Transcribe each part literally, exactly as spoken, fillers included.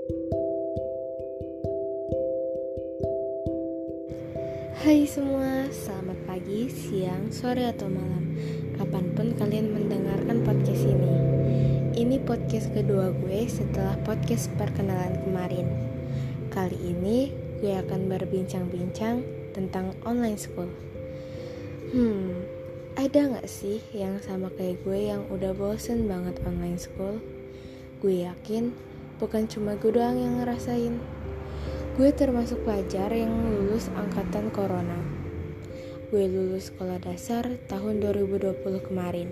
Hai semua, selamat pagi, siang, sore, atau malam kapanpun kalian mendengarkan podcast ini. Ini podcast kedua gue setelah podcast perkenalan kemarin. Kali ini gue akan berbincang-bincang tentang online school. Hmm, ada gak sih yang sama kayak gue yang udah bosen banget online school? Gue yakin bukan cuma gue doang yang ngerasain. Gue termasuk pelajar yang lulus angkatan corona. Gue lulus sekolah dasar tahun dua ribu dua puluh kemarin.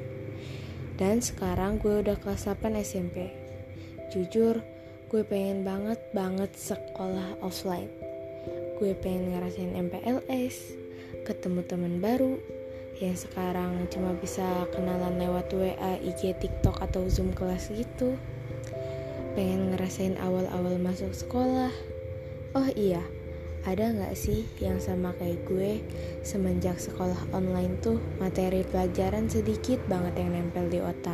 Dan sekarang gue udah kelas delapan S M P. Jujur, gue pengen banget banget sekolah offline. Gue pengen ngerasain M P L S, ketemu teman baru, yang sekarang cuma bisa kenalan lewat W A, I G, TikTok, atau Zoom kelas gitu. Pengen ngerasain awal-awal masuk sekolah. Oh iya, ada gak sih yang sama kayak gue, semenjak sekolah online tuh materi pelajaran sedikit banget yang nempel di otak.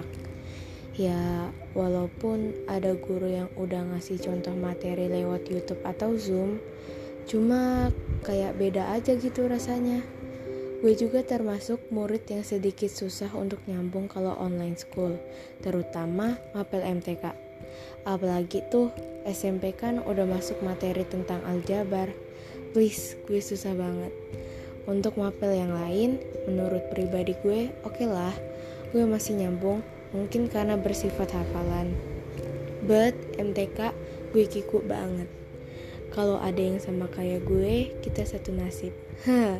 Ya, walaupun ada guru yang udah ngasih contoh materi lewat YouTube atau Zoom, cuma kayak beda aja gitu rasanya. Gue juga termasuk murid yang sedikit susah untuk nyambung kalau online school, terutama mapel M T K. Apalagi tuh S M P kan udah masuk materi tentang aljabar. Please, gue susah banget. Untuk mapel yang lain, menurut pribadi gue, oke okay lah, gue masih nyambung, mungkin karena bersifat hafalan. But M T K gue kiku banget. Kalau ada yang sama kayak gue, kita satu nasib. Hah.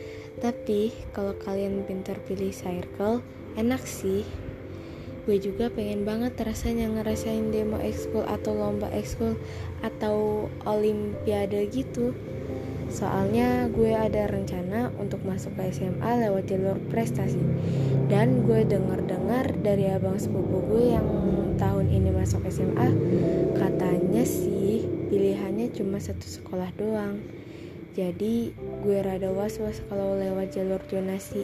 Tapi kalau kalian pintar pilih circle, enak sih. Gue juga pengen banget rasanya ngerasain demo ekskul atau lomba ekskul atau olimpiade gitu. Soalnya gue ada rencana untuk masuk ke S M A lewat jalur prestasi. Dan gue dengar-dengar dari abang sepupu gue yang tahun ini masuk S M A, katanya sih pilihannya cuma satu sekolah doang. Jadi gue rada was-was kalau lewat jalur zonasi.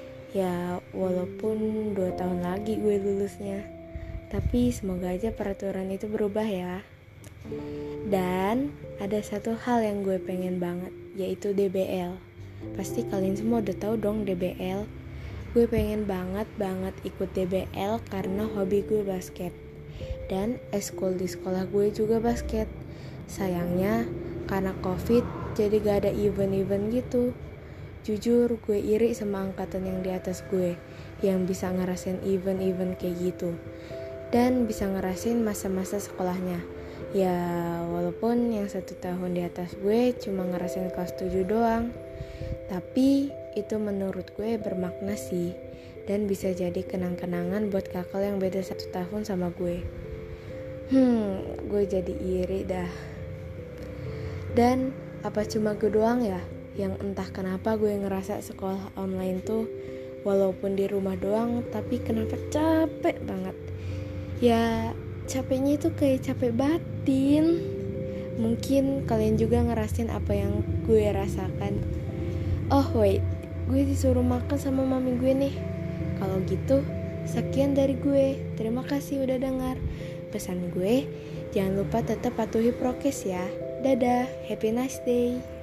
Ya walaupun dua tahun lagi gue lulusnya, tapi semoga aja peraturan itu berubah ya. Dan ada satu hal yang gue pengen banget, yaitu D B L. Pasti kalian semua udah tahu dong D B L. Gue pengen banget banget ikut D B L karena hobi gue basket. Dan eskul di sekolah gue juga basket. Sayangnya karena covid jadi gak ada event-event gitu. Jujur gue iri sama angkatan yang di atas gue, yang bisa ngerasain event-event kayak gitu dan bisa ngerasain masa-masa sekolahnya. Ya walaupun yang satu tahun di atas gue cuma ngerasain kelas tujuh doang, tapi itu menurut gue bermakna sih, dan bisa jadi kenang-kenangan buat kakak yang beda satu tahun sama gue. Hmm, gue jadi iri dah. Dan apa cuma gue doang ya yang entah kenapa gue ngerasa sekolah online tuh walaupun di rumah doang, tapi kenapa capek banget. Ya capeknya itu kayak capek batin. Mungkin kalian juga ngerasain apa yang gue rasakan. Oh wait, gue disuruh makan sama mami gue nih. Kalau gitu sekian dari gue. Terima kasih udah dengar. Pesan gue, jangan lupa tetap patuhi prokes ya. Dadah, happy nice day.